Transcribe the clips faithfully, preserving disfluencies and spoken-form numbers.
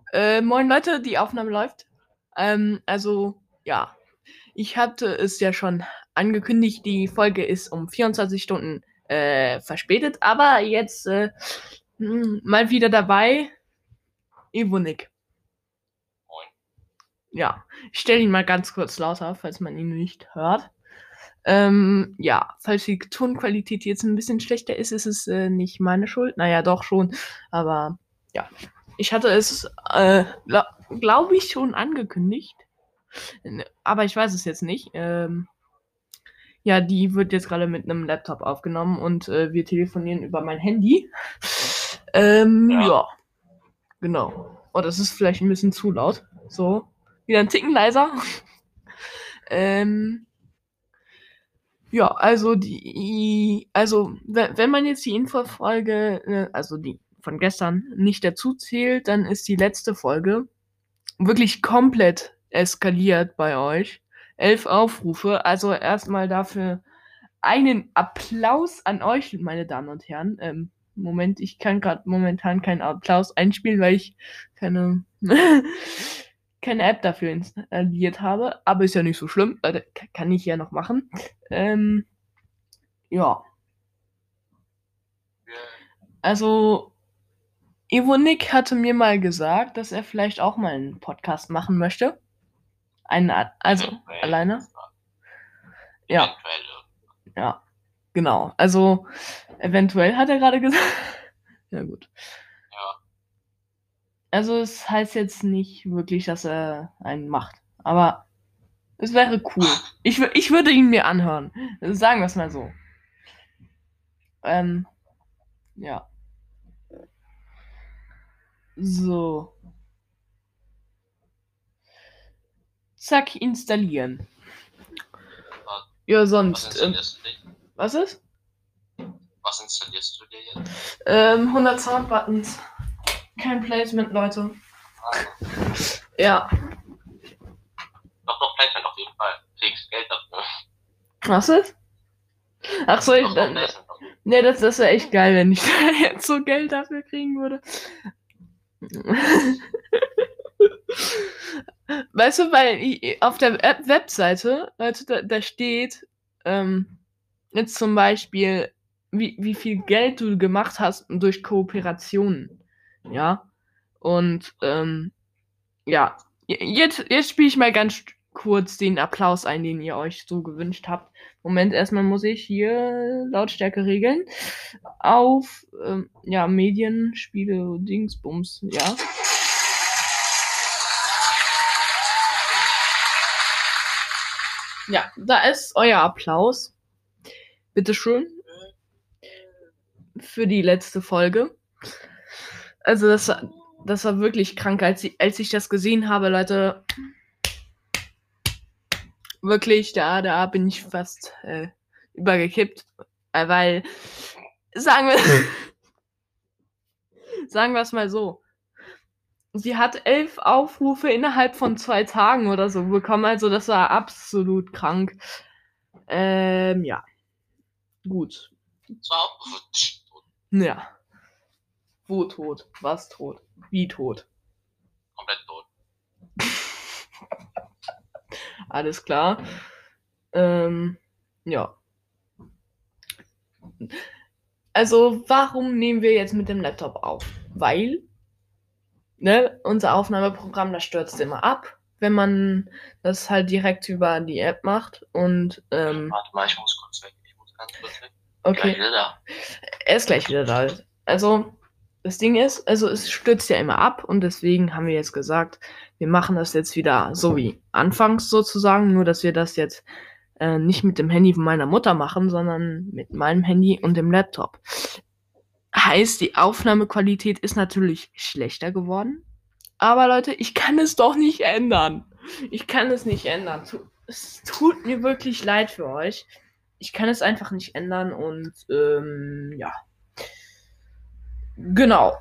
Äh, moin Leute, die Aufnahme läuft. Ähm, also, ja, ich hatte es ja schon angekündigt, die Folge ist um vierundzwanzig Stunden äh, verspätet, aber jetzt äh, mh, mal wieder dabei, Evonik. Moin. Ja, ich stelle ihn mal ganz kurz lauter, falls man ihn nicht hört. Ähm, ja, falls die Tonqualität jetzt ein bisschen schlechter ist, ist es äh, nicht meine Schuld. Naja, doch schon, aber ja. Ich hatte es, äh, glaube ich, schon angekündigt. Aber ich weiß es jetzt nicht. Ähm, ja, die wird jetzt gerade mit einem Laptop aufgenommen und äh, wir telefonieren über mein Handy. Ähm, Ja, ja, genau. Oh, das ist vielleicht ein bisschen zu laut. So, wieder ein Ticken leiser. ähm, ja, also die, also we- wenn man jetzt die Infofolge, äh, also die von gestern nicht dazu zählt, dann ist die letzte Folge wirklich komplett eskaliert bei euch. Elf Aufrufe, also erstmal dafür einen Applaus an euch, meine Damen und Herren. Ähm, Moment, ich kann gerade momentan keinen Applaus einspielen, weil ich keine, keine App dafür installiert habe. Aber ist ja nicht so schlimm, äh, kann ich ja noch machen. Ähm, ja, wir also Evonik hatte mir mal gesagt, dass er vielleicht auch mal einen Podcast machen möchte. Einen, also eventuell alleine. irgendwann. Ja, Eventuell irgendwann. ja, genau. Also eventuell hat er gerade gesagt. Ja gut. Ja, Also es heißt jetzt nicht wirklich, dass er einen macht. Aber es wäre cool. Ich, wür- ich würde ihn mir anhören. Sagen wir es mal so. Ähm, ja. So. Zack, installieren. was, Ja, was sonst. Ähm, installierst du dir? was ist? Was installierst du dir jetzt? Ähm, hundert Soundbuttons. Kein Placement, Leute. Ah, Ja. doch, doch, Placement auf jeden Fall. Kriegst Geld dafür. Was ist? Ach so, ich, Doch, doch, dann, Placement auf jeden Fall. ne, das, das wäre echt geil, wenn ich da jetzt so Geld dafür kriegen würde. Weißt du, weil i- auf der App Webseite, Leute, da, da steht ähm, jetzt zum Beispiel, wie, wie viel Geld du gemacht hast durch Kooperationen. Ja. Und ähm, ja, j- jetzt, jetzt spiele ich mal ganz kurz den Applaus ein, den ihr euch so gewünscht habt. Moment, erstmal muss ich hier Lautstärke regeln. Auf ähm, ja, Medien, Spiele, Dingsbums, ja. Ja, da ist euer Applaus. Bitteschön für die letzte Folge. Also das, das war wirklich krank, als ich, als ich das gesehen habe, Leute. Wirklich, da, da bin ich fast äh, übergekippt. Äh, weil, sagen wir, sagen wir es mal so. Sie hat elf Aufrufe innerhalb von zwei Tagen oder so bekommen, also das war absolut krank. Ähm, ja, gut. Das war auch gut. Ja. Wo tot? Was tot? Wie tot? Komplett tot. Alles klar. Ähm, ja. Also, warum nehmen wir jetzt mit dem Laptop auf? Weil, ne, unser Aufnahmeprogramm, das stürzt immer ab, wenn man das halt direkt über die App macht. Und, ähm, Warte mal, ich muss kurz weg. Ich muss ganz kurz weg. Gleich okay, wieder da. er ist gleich wieder da. Also, das Ding ist, also es stürzt ja immer ab und deswegen haben wir jetzt gesagt, wir machen das jetzt wieder so wie anfangs sozusagen, nur dass wir das jetzt äh, nicht mit dem Handy von meiner Mutter machen, sondern mit meinem Handy und dem Laptop. Heißt, die Aufnahmequalität ist natürlich schlechter geworden. Aber Leute, ich kann es doch nicht ändern. Ich kann es nicht ändern. Es tut mir wirklich leid für euch. Ich kann es einfach nicht ändern und ähm, ja. Genau.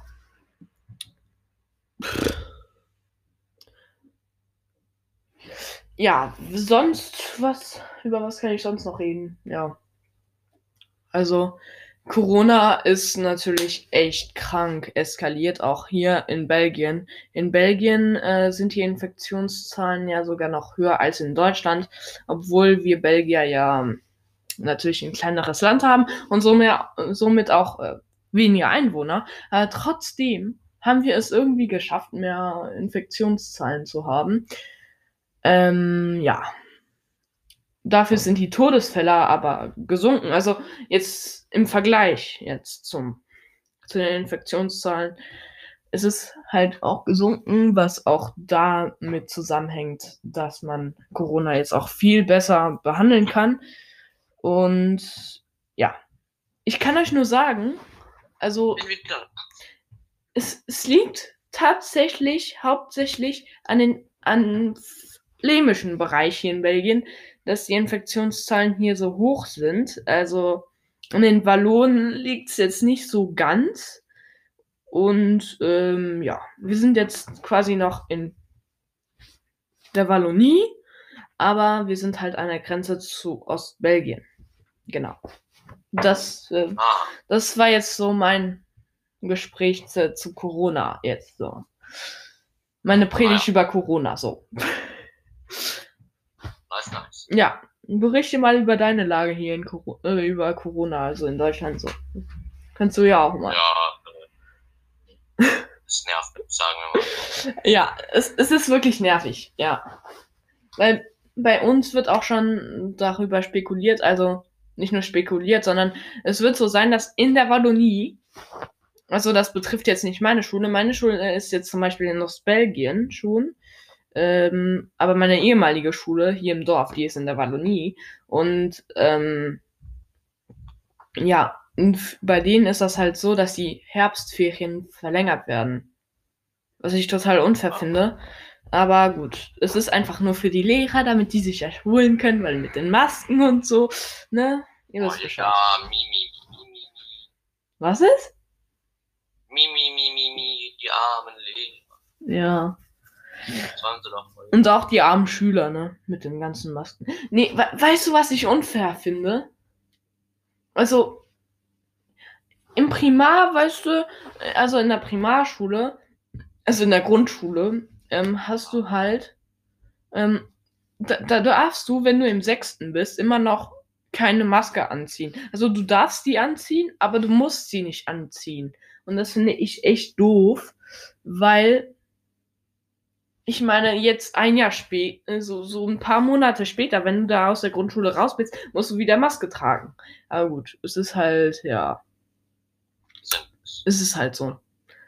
Ja, sonst, was, über was kann ich sonst noch reden? Ja. Also, Corona ist natürlich echt krank eskaliert, auch hier in Belgien. In Belgien äh, sind die Infektionszahlen ja sogar noch höher als in Deutschland, obwohl wir Belgier ja natürlich ein kleineres Land haben und somit, somit auch äh, weniger Einwohner. Aber trotzdem haben wir es irgendwie geschafft, mehr Infektionszahlen zu haben. Ähm, ja. Dafür sind die Todesfälle aber gesunken. Also jetzt im Vergleich jetzt zum, zu den Infektionszahlen ist es halt auch gesunken, was auch damit zusammenhängt, dass man Corona jetzt auch viel besser behandeln kann. Und ja, ich kann euch nur sagen, also Bin wieder. es, es liegt tatsächlich hauptsächlich an den an flämischen Bereich hier in Belgien, dass die Infektionszahlen hier so hoch sind. Also in den Wallonen liegt es jetzt nicht so ganz. Und ähm, ja, wir sind jetzt quasi noch in der Wallonie, aber wir sind halt an der Grenze zu Ostbelgien. Genau. Das, äh, Ah, das war jetzt so mein Gespräch zu, zu Corona jetzt so. Meine Predigt Ah, über Corona so. nice, nice. Ja, berichte mal über deine Lage hier in Coro äh, über Corona, also in Deutschland so. Kannst du ja auch mal. Ja, äh, es nervt, sagen wir mal so. Ja, es, es ist wirklich nervig, ja. Weil bei uns wird auch schon darüber spekuliert, also nicht nur spekuliert, sondern es wird so sein, dass in der Wallonie, also das betrifft jetzt nicht meine Schule, meine Schule ist jetzt zum Beispiel in Ostbelgien schon, ähm, aber meine ehemalige Schule hier im Dorf, die ist in der Wallonie und ähm, ja, und bei denen ist das halt so, dass die Herbstferien verlängert werden. Was ich total unfair finde. Aber gut, es ist einfach nur für die Lehrer, damit die sich erholen können, weil mit den Masken und so, ne? Ihr Oh, wisst Bescheid. ja, mi, mi, mi, mi, mi. Was ist? Mi, mi, mi, mi, mi, die armen Lehrer. Ja. Das waren sie doch voll. Und auch die armen Schüler, ne? Mit den ganzen Masken. Nee, we weißt du, was ich unfair finde? Also, im Primar, weißt du, also in der Primarschule, also in der Grundschule, ähm, hast du halt, ähm, da, da darfst du, wenn du im Sechsten bist, immer noch keine Maske anziehen. Also du darfst die anziehen, aber du musst sie nicht anziehen. Und das finde ich echt doof, weil ich meine, jetzt ein Jahr später, so, so ein paar Monate später, wenn du da aus der Grundschule raus bist, musst du wieder Maske tragen. Aber gut, es ist halt, ja, es ist halt so.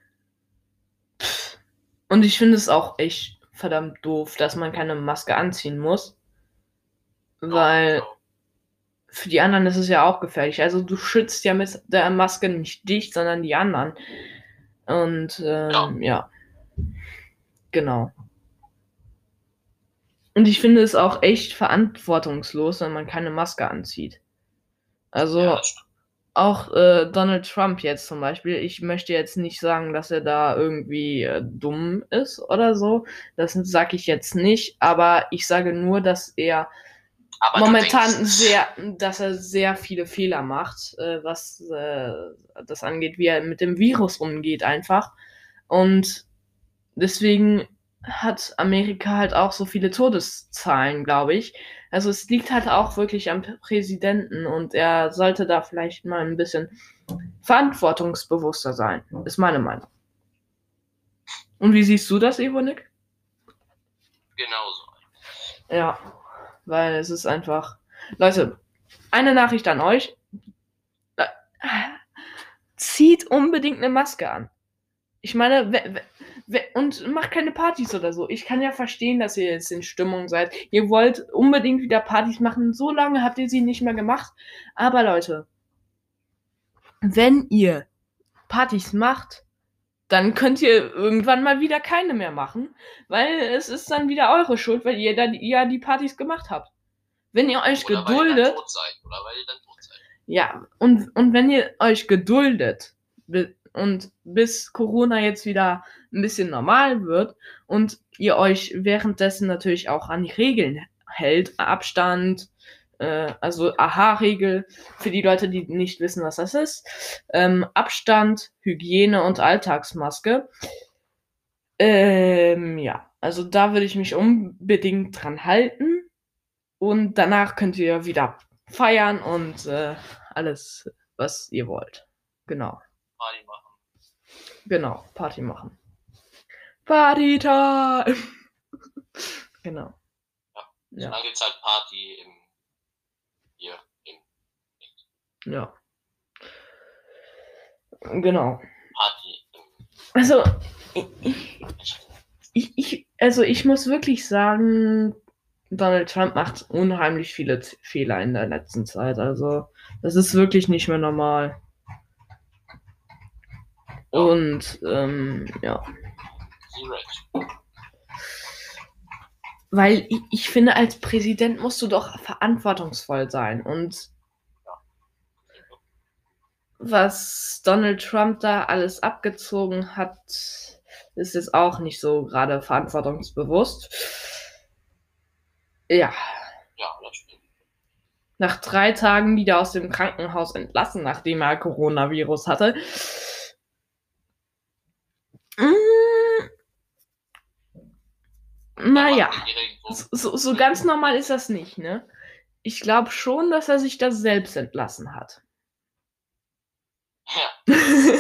Und ich finde es auch echt verdammt doof, dass man keine Maske anziehen muss. Weil für die anderen ist es ja auch gefährlich. Also du schützt ja mit der Maske nicht dich, sondern die anderen. Und ähm, ja. ja. Genau. Und ich finde es auch echt verantwortungslos, wenn man keine Maske anzieht. Also Ja, auch äh, Donald Trump jetzt zum Beispiel. Ich möchte jetzt nicht sagen, dass er da irgendwie äh, dumm ist oder so. Das sage ich jetzt nicht. Aber ich sage nur, dass er aber momentan sehr, dass er sehr viele Fehler macht, äh, was äh, das angeht, wie er mit dem Virus umgeht einfach. Und deswegen hat Amerika halt auch so viele Todeszahlen, glaube ich. Also es liegt halt auch wirklich am Präsidenten und er sollte da vielleicht mal ein bisschen verantwortungsbewusster sein, ist meine Meinung. Und wie siehst du das, Evonik? Genauso. Ja, weil es ist einfach. Leute, eine Nachricht an euch. Zieht unbedingt eine Maske an. Ich meine, we, we, und macht keine Partys oder so. Ich kann ja verstehen, dass ihr jetzt in Stimmung seid. Ihr wollt unbedingt wieder Partys machen. So lange habt ihr sie nicht mehr gemacht. Aber Leute, wenn ihr Partys macht, dann könnt ihr irgendwann mal wieder keine mehr machen, weil es ist dann wieder eure Schuld, weil ihr dann ja die Partys gemacht habt. Wenn ihr euch oder geduldet. Weil ihr dann tot seid, oder weil ihr dann tot seid. Ja, und, und wenn ihr euch geduldet und bis Corona jetzt wieder ein bisschen normal wird und ihr euch währenddessen natürlich auch an die Regeln hält, Abstand, äh, also A H-Regel für die Leute, die nicht wissen, was das ist. Ähm, Abstand, Hygiene und Alltagsmaske. Ähm, ja, also da würde ich mich unbedingt dran halten. Und danach könnt ihr wieder feiern und äh, alles, was ihr wollt. Genau. Party machen. Genau, Party machen. Party-Time! Genau. Ja. Ja. Solange gibt's halt Party im hier im Ja. Genau. Party im Also, ich, ich, ich, also ich muss wirklich sagen, Donald Trump macht unheimlich viele Z- Fehler in der letzten Zeit. Also, das ist wirklich nicht mehr normal. Ja. Und, ähm, ja. Zero. Weil ich, ich finde, als Präsident musst du doch verantwortungsvoll sein. Und was Donald Trump da alles abgezogen hat, ist jetzt auch nicht so gerade verantwortungsbewusst. Ja. Ja, das stimmt. Nach drei Tagen wieder aus dem Krankenhaus entlassen, nachdem er Coronavirus hatte. Mm, naja, so, so ganz normal ist das nicht, ne? Ich glaube schon, dass er sich das selbst entlassen hat. Ja.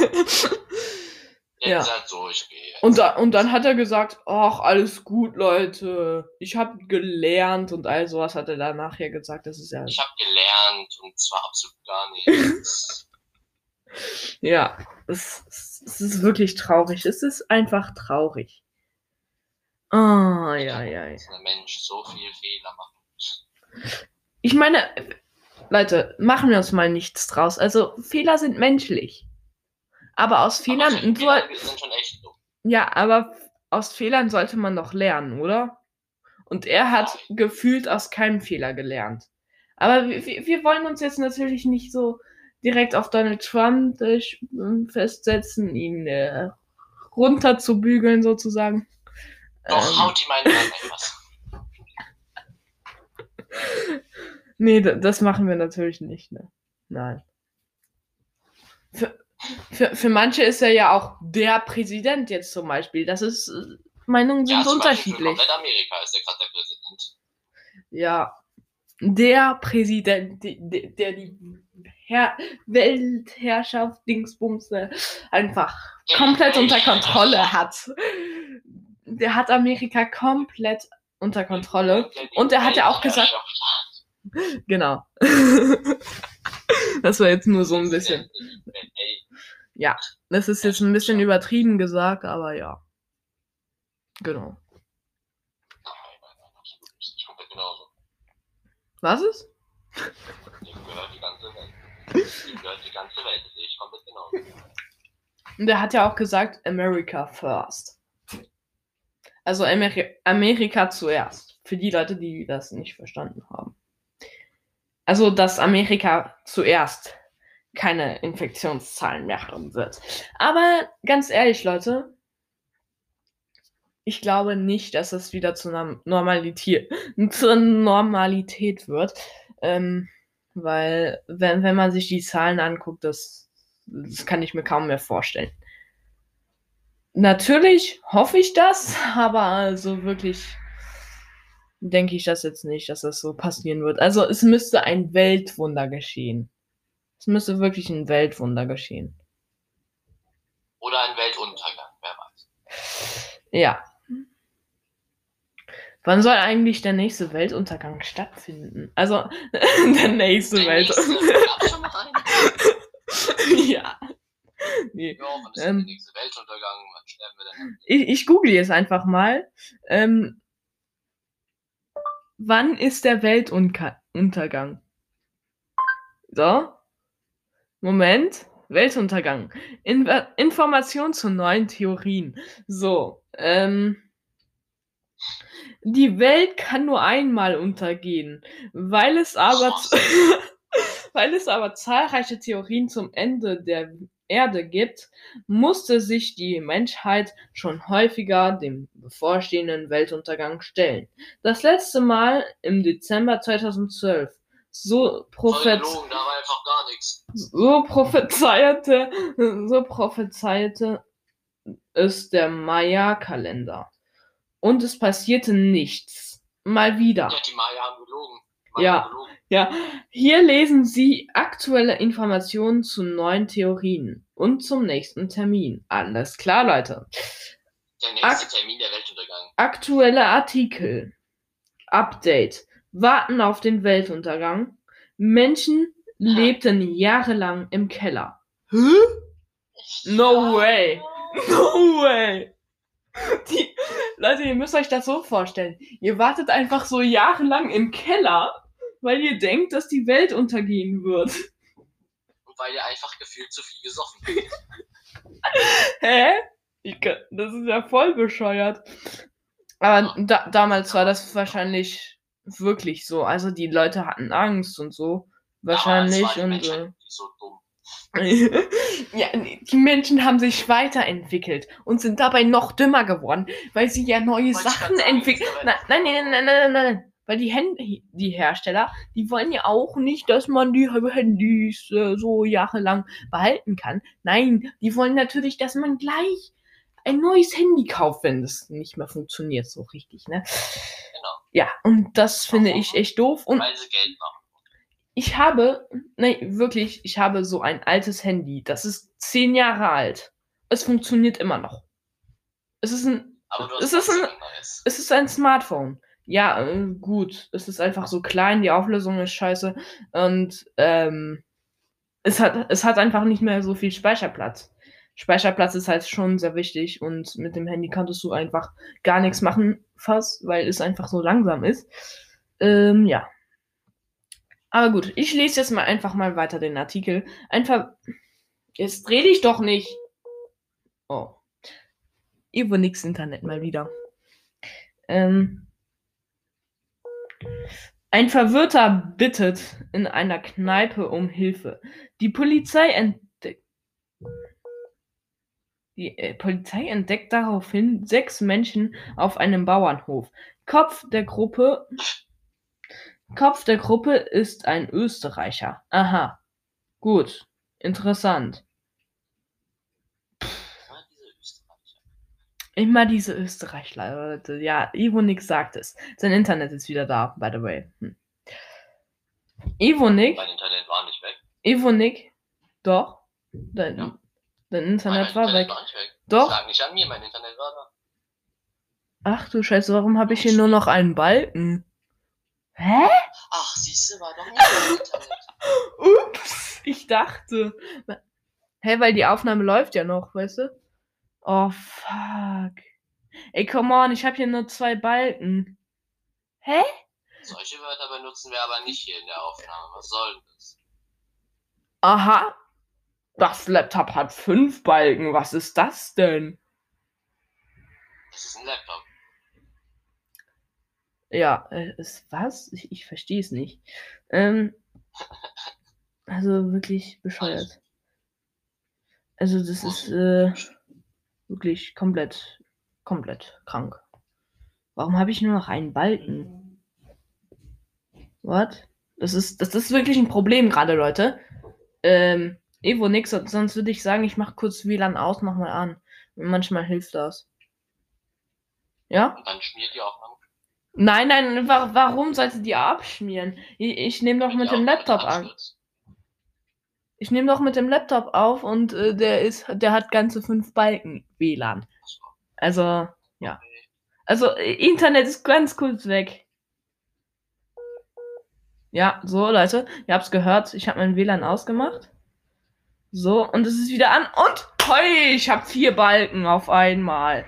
Ja. Jetzt halt so, ich gehe. Und, da, und dann hat er gesagt, ach, alles gut, Leute. Ich habe gelernt und all sowas hat er dann nachher gesagt. Das ist ja. Ich habe gelernt und zwar absolut gar nichts. Ja, es, es, es ist wirklich traurig. Es ist einfach traurig. Oh, ja, ja, ja. Dass ein Mensch so viel Fehler macht. Ich meine, Leute, machen wir uns mal nichts draus. Also, Fehler sind menschlich. Aber aus Fehlern. Aber Fehler sind schon echt dumm. Ja, aber aus Fehlern sollte man doch lernen, oder? Und er hat Nein. gefühlt aus keinem Fehler gelernt. Aber wir, wir wollen uns jetzt natürlich nicht so direkt auf Donald Trump äh, festsetzen, ihn äh, runterzubügeln sozusagen. Doch, Ähm, haut ihm einen an, etwas. Nee, das machen wir natürlich nicht, ne? Nein. Für, für, für manche ist er ja auch der Präsident jetzt zum Beispiel. Das ist, Meinungen sind Ja, zum Beispiel für unterschiedlich. komplett Amerika ist er gerade der Präsident. Ja, der Präsident, der, der die Herr Weltherrschaft Dingsbumse einfach komplett unter Kontrolle hat. Der hat Amerika komplett unter Kontrolle. Und er hat ja auch gesagt, genau. Das war jetzt nur so ein bisschen. Ja, das ist jetzt ein bisschen übertrieben gesagt, aber ja. Genau. Ich komplett genauso. Was ist? Dem gehört die ganze Welt. Dem gehört die ganze Welt, das sehe ich komplett genauso. Und er hat ja auch gesagt, America first. Also Ameri- Amerika zuerst. Für die Leute, die das nicht verstanden haben. Also, dass Amerika zuerst keine Infektionszahlen mehr haben wird. Aber ganz ehrlich, Leute, ich glaube nicht, dass es wieder zur Normalität, zur Normalität wird. Ähm, weil, wenn, wenn man sich die Zahlen anguckt, das, das kann ich mir kaum mehr vorstellen. Natürlich hoffe ich das, aber also wirklich denke ich das jetzt nicht, dass das so passieren wird. Also es müsste ein Weltwunder geschehen. Es müsste wirklich ein Weltwunder geschehen. Oder ein Weltuntergang, wer weiß. Ja. Wann soll eigentlich der nächste Weltuntergang stattfinden? Also, der nächste Weltuntergang. Ja. Nee. Ja, wann ist ähm, der nächste Weltuntergang? Wann sterben wir denn? Ich, ich google jetzt einfach mal. Ähm, wann ist der Weltuntergang? So. Moment. Weltuntergang. In Information zu neuen Theorien. So. Ähm. Die Welt kann nur einmal untergehen, weil es aber, weil es aber zahlreiche Theorien zum Ende der Erde gibt, musste sich die Menschheit schon häufiger dem bevorstehenden Weltuntergang stellen. Das letzte Mal im Dezember zweitausendzwölf so prophet Gelogen, da war einfach gar nichts. so prophezeiete, so prophezeiete es der Maya-Kalender. Und es passierte nichts. Mal wieder. Ja, die Maya haben gelogen. Maya Ja. haben gelogen. Ja, hier lesen Sie aktuelle Informationen zu neuen Theorien und zum nächsten Termin. Alles klar, Leute. Der nächste Ak- Termin der Weltuntergang. Aktuelle Artikel. Update. Warten auf den Weltuntergang. Menschen lebten jahrelang im Keller. Hä? No way. No way. Die, Leute, ihr müsst euch das so vorstellen. Ihr wartet einfach so jahrelang im Keller, weil ihr denkt, dass die Welt untergehen wird. Und weil ihr einfach gefühlt zu viel gesoffen habt. Hä? Ich, kann- das ist ja voll bescheuert. Aber da, damals war das wahrscheinlich wirklich so. Also die Leute hatten Angst und so. Wahrscheinlich. Damals war die und Menschheit äh, nicht so dumm. ja, die Menschen haben sich weiterentwickelt und sind dabei noch dümmer geworden, weil sie ja neue Wollte ich Sachen grad sagen, entwickeln. ist Nein, aber nein, nein, nein, nein, nein, nein. Weil die, Handy, die Hersteller, die wollen ja auch nicht, dass man die Handys äh, so jahrelang behalten kann. Nein, die wollen natürlich, dass man gleich ein neues Handy kauft, wenn das nicht mehr funktioniert so richtig, ne? Genau. Ja, und das finde Warum? ich echt doof. Und Weil sie Geld machen. ich habe, nein, wirklich, ich habe so ein altes Handy. Das ist zehn Jahre alt. Es funktioniert immer noch. Es ist ein, Aber du es hast ist ein, trotzdem ein neues. es ist ein Smartphone. Ja, äh, gut. Es ist einfach so klein, die Auflösung ist scheiße und ähm, es hat, es hat einfach nicht mehr so viel Speicherplatz. Speicherplatz ist halt schon sehr wichtig und mit dem Handy konntest du einfach gar nichts machen, fast, weil es einfach so langsam ist. Ähm, ja. Aber gut, ich lese jetzt mal einfach mal weiter den Artikel. Einfach. Jetzt dreh dich doch nicht. Oh. Irgendwo nix Internet mal wieder. Ähm. Ein Verwirrter bittet in einer Kneipe um Hilfe. Die Polizei entdeckt. Die äh, Polizei entdeckt daraufhin sechs Menschen auf einem Bauernhof. Kopf der Gruppe. Kopf der Gruppe ist ein Österreicher. Aha. Gut. Interessant. Ja, diese Österreicher. Immer diese Österreichler, Leute. Ja, Evonik sagt es. Sein Internet ist wieder da, by the way. Hm. Evonik, Mein Internet war nicht weg. Evonik, doch. Dein, Ja. dein Nein, Internet mein war Internet weg. war nicht weg. Doch. Das lag nicht an mir, mein Internet war da. Ach du Scheiße, warum habe ich hier nur noch einen Balken? Hä? Ach, siehst du, war doch nicht mein Internet. Ups, ich dachte. Hä, weil die Aufnahme läuft ja noch, weißt du? Oh, fuck. Ey, come on, ich habe hier nur zwei Balken. Hä? Solche Wörter benutzen wir aber nicht hier in der Aufnahme. Was soll denn das? Aha. Das Laptop hat fünf Balken. Was ist das denn? Das ist ein Laptop. Ja, äh, ist was? Ich, ich verstehe es nicht. Ähm, also wirklich bescheuert. Also das ist äh, wirklich komplett, komplett krank. Warum habe ich nur noch einen Balken? What? Das ist, das ist wirklich ein Problem gerade, Leute. Ähm, Evo nix, sonst würde ich sagen, ich mache kurz W L A N aus, mach mal an. Manchmal hilft das. Ja? Und dann schmiert die Aufnahme. Nein, nein, wa warum sollte die abschmieren? Ich, ich nehme doch Wenn mit die dem Aufnahme Laptop dann an. abstürzt. Ich nehme doch mit dem Laptop auf und äh, der ist, der hat ganze fünf Balken W L A N. Achso. Also, ja. Okay. Also, äh, Internet ist ganz kurz weg. Ja, so, Leute, ihr habt's gehört, ich habe mein W L A N ausgemacht. So, und es ist wieder an und hoi, ich habe vier Balken auf einmal.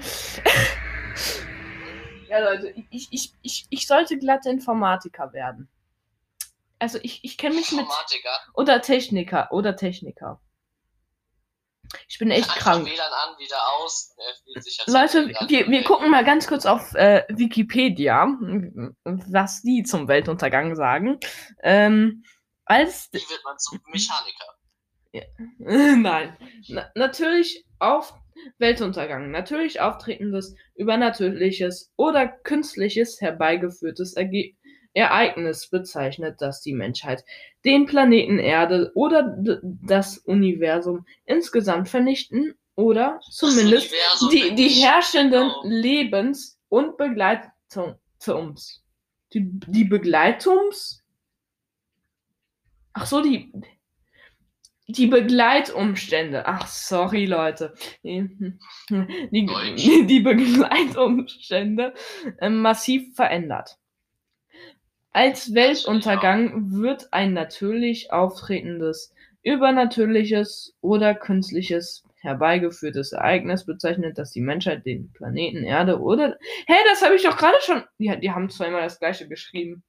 Ja, Leute, ich, ich, ich, ich sollte glatt Informatiker werden. Also ich, ich kenne mich mit. Informatiker. Oder Techniker. Oder Techniker. Ich bin echt Einfach krank. W L A N an, wieder aus. Er fühlt sich als Leute, W L A N wir, wir weg. gucken mal ganz kurz auf äh, Wikipedia, was die zum Weltuntergang sagen. Ähm, als. Wie wird man zum Mechaniker? Nein. Na, natürlich auf Weltuntergang. Natürlich auftretendes, übernatürliches oder künstliches herbeigeführtes Erge Ereignis bezeichnet, das die Menschheit, den Planeten Erde oder d- das Universum insgesamt vernichten oder zumindest Universum die, die vernichten, herrschenden genau. Lebens- und Begleitums. Die, die Begleitums? Ach so, die, die Begleitumstände. Ach, sorry, Leute. Die, Deutsch. die, die Begleitumstände äh, massiv verändert. Als Weltuntergang wird ein natürlich auftretendes, übernatürliches oder künstliches herbeigeführtes Ereignis bezeichnet, das die Menschheit, den Planeten Erde oder... Hä, das habe ich doch gerade schon... Die, die haben zweimal das gleiche geschrieben.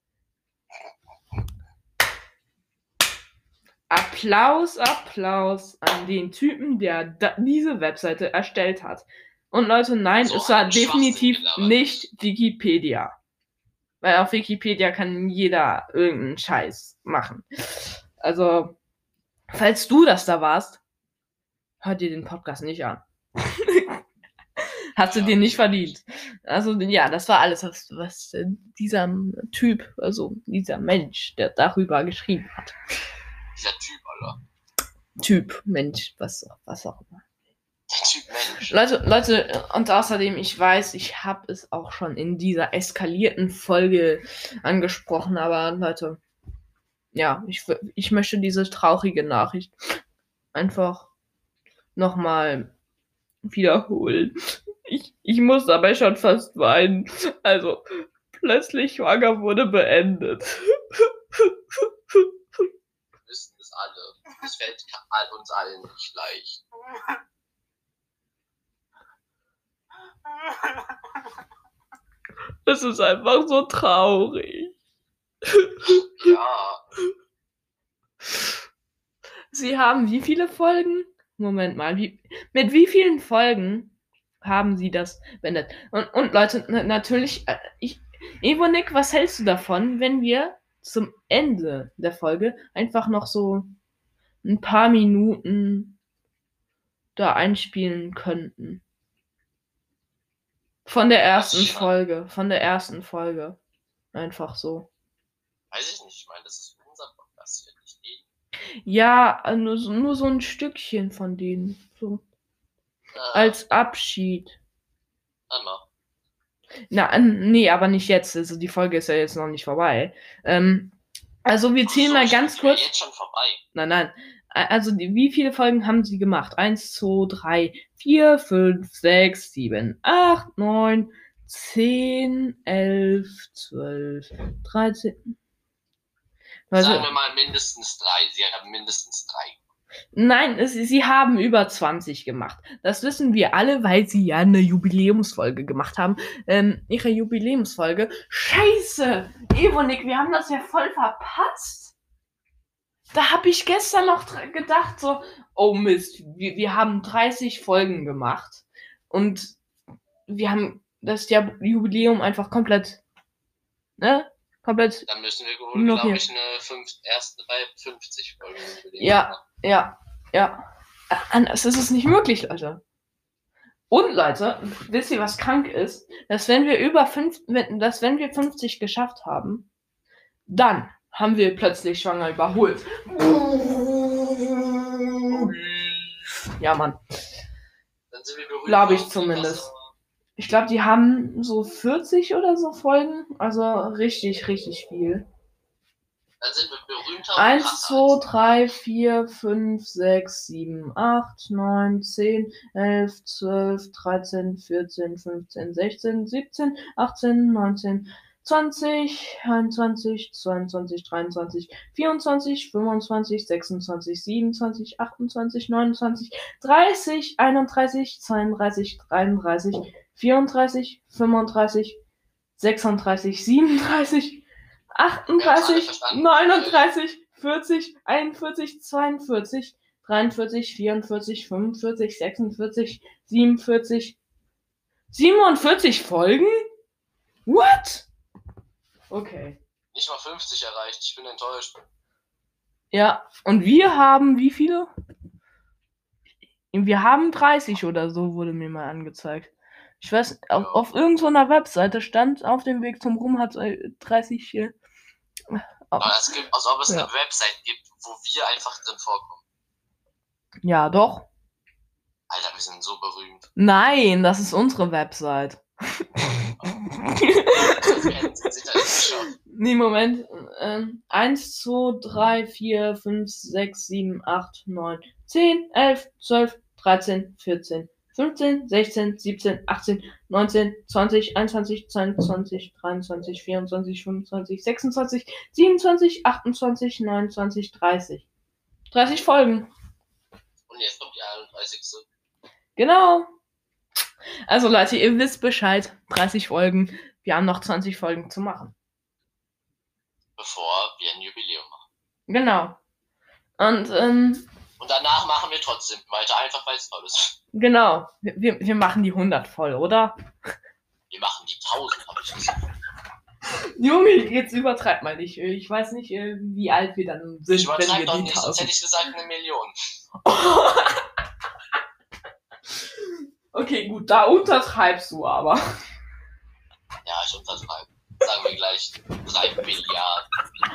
Applaus, Applaus an den Typen, der da, diese Webseite erstellt hat. Und Leute, nein, So es war einen definitiv Schwachsinn gelabert. nicht Wikipedia. Weil auf Wikipedia kann jeder irgendeinen Scheiß machen. Also, falls du das da warst, hör dir den Podcast nicht an. Hast du Ja, dir nicht ich- verdient. Also, ja, das war alles, was, was äh, dieser Typ, also dieser Mensch, der darüber geschrieben hat. Dieser Typ, Alter. Typ, Mensch, was, was auch immer. Der Typ Mensch. Leute, Leute, und außerdem, ich weiß, ich habe es auch schon in dieser eskalierten Folge angesprochen, aber Leute, ja, ich, ich möchte diese traurige Nachricht einfach nochmal wiederholen. Ich, ich muss dabei schon fast weinen. Also, plötzlich schwanger wurde beendet. Wir wissen das alle. Es fällt uns allen nicht leicht. Es ist einfach so traurig. Ja. Sie haben wie viele Folgen? Moment mal, wie, mit wie vielen Folgen haben Sie das beendet? Und, und Leute, na, natürlich, äh, ich, Evonik, was hältst du davon, wenn wir zum Ende der Folge einfach noch so ein paar Minuten da einspielen könnten? Von der ersten Folge, von der ersten Folge. Einfach so. Weiß ich nicht, ich meine, das ist unser Podcast hier, nicht den. Ja, nur, so- nur so ein Stückchen von denen. So. Äh, Als Abschied. Einmal. Na, an- nee, aber nicht jetzt. Also die Folge ist ja jetzt noch nicht vorbei. Ähm, also wir zählen so, mal ich ganz dachte, wäre kurz. jetzt schon vorbei. Nein, nein. A- Also die, wie viele Folgen haben sie gemacht? Eins, zwei, drei, vier, fünf, sechs, sieben, acht, neun, zehn, elf, zwölf, dreizehn. Also, Sagen wir mal mindestens drei. Sie haben mindestens drei. nein, es, sie haben über zwanzig gemacht. Das wissen wir alle, weil sie ja eine Jubiläumsfolge gemacht haben. Ähm, ihre Jubiläumsfolge. Scheiße! Evonik, wir haben das ja voll verpasst. Da habe ich gestern noch dr- gedacht, so, oh Mist, wir, wir haben dreißig Folgen gemacht. Und wir haben das Jahr Jubiläum einfach komplett, ne? Komplett. Dann müssen wir wohl, Nur glaube hier. ich, eine fünf, erste bei fünfzig Folgen überlegen. Ja, ja, ja. Anders ist es nicht möglich, Leute. Und Leute, wisst ihr, was krank ist? Dass wenn wir über fünf, wenn, dass wenn wir fünfzig geschafft haben, dann haben wir plötzlich schwanger überholt. Ja, Mann. Dann sind wir berühmt. Glaube ich auf zumindest. Wasser. Ich glaube, die haben so vierzig oder so Folgen. Also richtig, richtig viel. Dann sind wir berühmter. eins, zwei, drei, vier, fünf, sechs, sieben, acht, neun, zehn, elf, zwölf, dreizehn, vierzehn, fünfzehn, sechzehn, siebzehn, achtzehn, neunzehn, zwanzig, einundzwanzig, zweiundzwanzig, dreiundzwanzig, vierundzwanzig, fünfundzwanzig, sechsundzwanzig, siebenundzwanzig, achtundzwanzig, neunundzwanzig, dreißig, einunddreißig, zweiunddreißig, dreiunddreißig, vierunddreißig, fünfunddreißig, sechsunddreißig, siebenunddreißig, achtunddreißig, neununddreißig, vierzig, einundvierzig, zweiundvierzig, dreiundvierzig, vierundvierzig, fünfundvierzig, sechsundvierzig, siebenundvierzig, siebenundvierzig Folgen? What? Okay. Nicht mal fünfzig erreicht. Ich bin enttäuscht. Ja, und wir haben wie viele? Wir haben dreißig oder so, wurde mir mal angezeigt. Ich weiß, auf, Ja. auf irgendeiner Webseite stand, auf dem Weg zum Ruhm hat dreißig. Äh, Aber es gibt, als ob es Ja. eine Website gibt, wo wir einfach drin vorkommen. ja, doch. Alter, wir sind so berühmt. Nein, das ist unsere Website. Nee, Moment. Ähm, eins, zwei, drei, vier, fünf, sechs, sieben, acht, neun, zehn, elf, zwölf, dreizehn, vierzehn, fünfzehn, sechzehn, siebzehn, achtzehn, neunzehn, zwanzig, einundzwanzig, zweiundzwanzig, dreiundzwanzig, vierundzwanzig, fünfundzwanzig, sechsundzwanzig, siebenundzwanzig, achtundzwanzig, neunundzwanzig, dreißig. dreißig Folgen. Und jetzt kommt die einunddreißigste. Genau. Also Leute, ihr wisst Bescheid. dreißig Folgen. Wir haben noch zwanzig Folgen zu machen. Bevor wir ein Jubiläum machen. Genau. Und, ähm, Und danach machen wir trotzdem weiter, einfach weil es toll ist. Genau. Wir, wir machen die hundert voll, oder? Wir machen die tausend, habe ich gesagt. Junge, jetzt übertreib mal nicht. Ich weiß nicht, wie alt wir dann sind, Ich wenn übertreib wir doch die nicht, sonst hätte tausend. ich gesagt eine Million. Okay, gut, da untertreibst du aber. Ja, ich untertreibe. Sagen wir gleich drei Milliarden.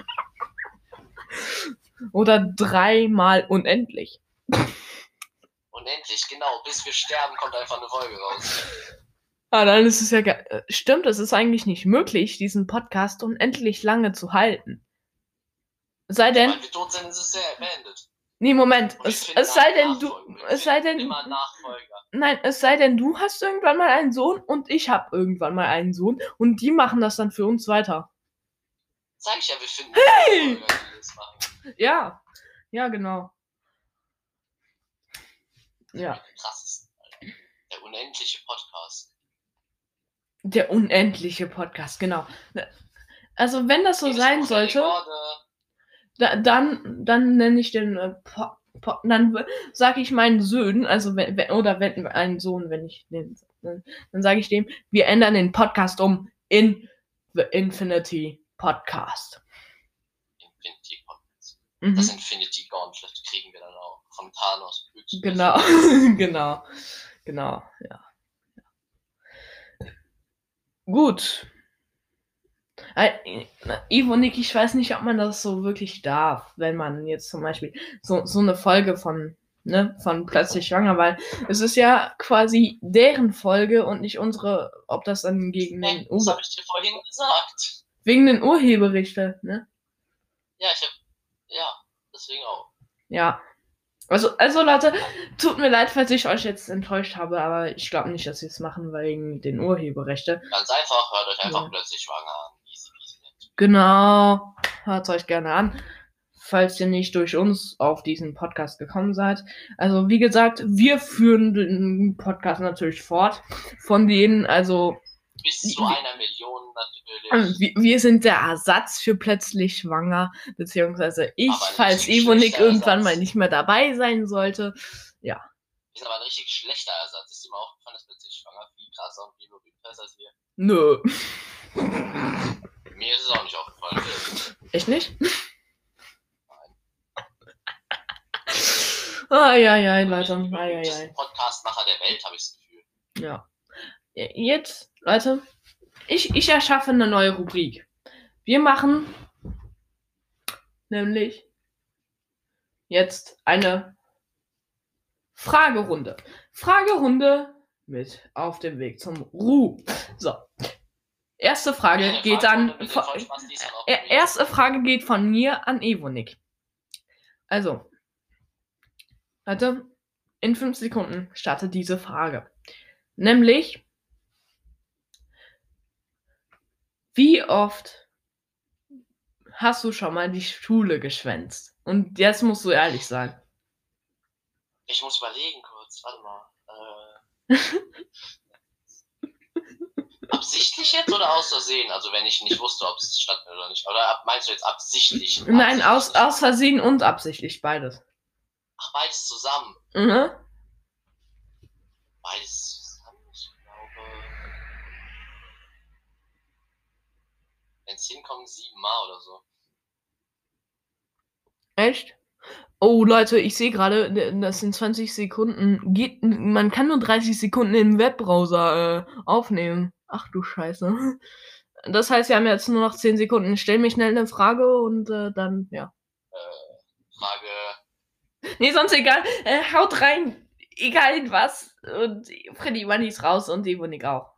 Oder dreimal unendlich. Unendlich, genau. Bis wir sterben, kommt einfach eine Folge raus. Ah, dann ist es ja... ge- Stimmt, es ist eigentlich nicht möglich, diesen Podcast unendlich lange zu halten. Sei denn... Weil wir tot sind, ist es ja beendet. Nee, Moment. Und wir Es, finden es sei einen denn, du... Nachfolger. Wir Es sei finden denn... immer einen Nachfolger. Nein, es sei denn, du hast irgendwann mal einen Sohn und ich habe irgendwann mal einen Sohn und die machen das dann für uns weiter. Sag ich ja, wir finden Hey! einen Nachfolger, die das machen. Ja, ja, genau. Ja. Krass. Der unendliche Podcast. Der unendliche Podcast, genau. Also wenn das so Jedes sein Buch der sollte, Rekorde. da, dann, dann nenne ich den, äh, po, po, dann sage ich meinen Söhnen, also wenn, wenn, oder wenn einen Sohn, wenn ich den, dann, dann sage ich dem, wir ändern den Podcast um in The Infinity Podcast. Infinity Podcast. Mhm. Das Infinity Gauntlet kriegen wir dann auch von Thanos. Genau, genau, genau, ja. Gut. Äh, Ivo, Nick, ich weiß nicht, ob man das so wirklich darf, wenn man jetzt zum Beispiel so, so eine Folge von, ne, von Plötzlich Schwanger, weil es ist ja quasi deren Folge und nicht unsere, ob das dann gegen Hey, den das Ur habe ich dir vorhin gesagt. wegen den Urheberrechte, ne? Ja, ich hab, ja, deswegen auch. Ja. Also, also Leute, tut mir leid, falls ich euch jetzt enttäuscht habe, aber ich glaube nicht, dass wir es machen wegen den Urheberrechte. Ganz einfach, hört euch einfach Ja. Plötzlich Schwanger an. Easy peasy. Genau, hört euch gerne an, falls ihr nicht durch uns auf diesen Podcast gekommen seid. Also wie gesagt, wir führen den Podcast natürlich fort. Von denen, also Bis zu wir, einer Million natürlich. wir, wir sind der Ersatz für Plötzlich Schwanger, beziehungsweise ich, Aber ein falls richtig Ivo Nick schlechter irgendwann Ersatz. mal nicht mehr dabei sein sollte. Ja. Ist aber ein richtig schlechter Ersatz. Ist dir mal aufgefallen, dass Plötzlich Schwanger viel krasser und viel berühmter ist als wir? Nö. Mir ist es auch nicht aufgefallen. Echt nicht? Ai, ai, ai, Leute. Die Ai, ai, berühmtesten ai. Podcastmacher der Welt, habe ich das Gefühl. Ja. Jetzt, Leute, ich, ich erschaffe eine neue Rubrik. Wir machen nämlich jetzt eine Fragerunde. Fragerunde mit auf dem Weg zum Ruh. So. Erste Frage Eine geht Fragerunde dann. mit den Von, Vollspastis dann auf äh, dem Weg. erste Frage geht von mir an Evonik. Also, Leute, in fünf Sekunden startet diese Frage. Nämlich, wie oft hast du schon mal die Schule geschwänzt? Und jetzt musst du ehrlich sein. Ich muss überlegen kurz, warte mal. Äh, absichtlich jetzt oder aus Versehen? Also wenn ich nicht wusste, ob es stattfindet oder nicht. Oder ab, meinst du jetzt absichtlich? Nein, absichtlich aus, nicht? aus Versehen und absichtlich, beides. Ach, beides zusammen. Mhm. Beides zusammen, ich glaube. Wenn es hinkommt, siebenmal oder so. Echt? Oh, Leute, ich sehe gerade, d das sind zwanzig Sekunden. Geht man kann nur dreißig Sekunden im Webbrowser, äh, aufnehmen. Ach du Scheiße. Das heißt, wir haben jetzt nur noch zehn Sekunden. Stell mir schnell 'ne Frage und, äh, dann ja. Äh, Frage. Ne, sonst egal. Äh, haut rein. Egal in was. Und Freddy Money ist raus und Evonik auch.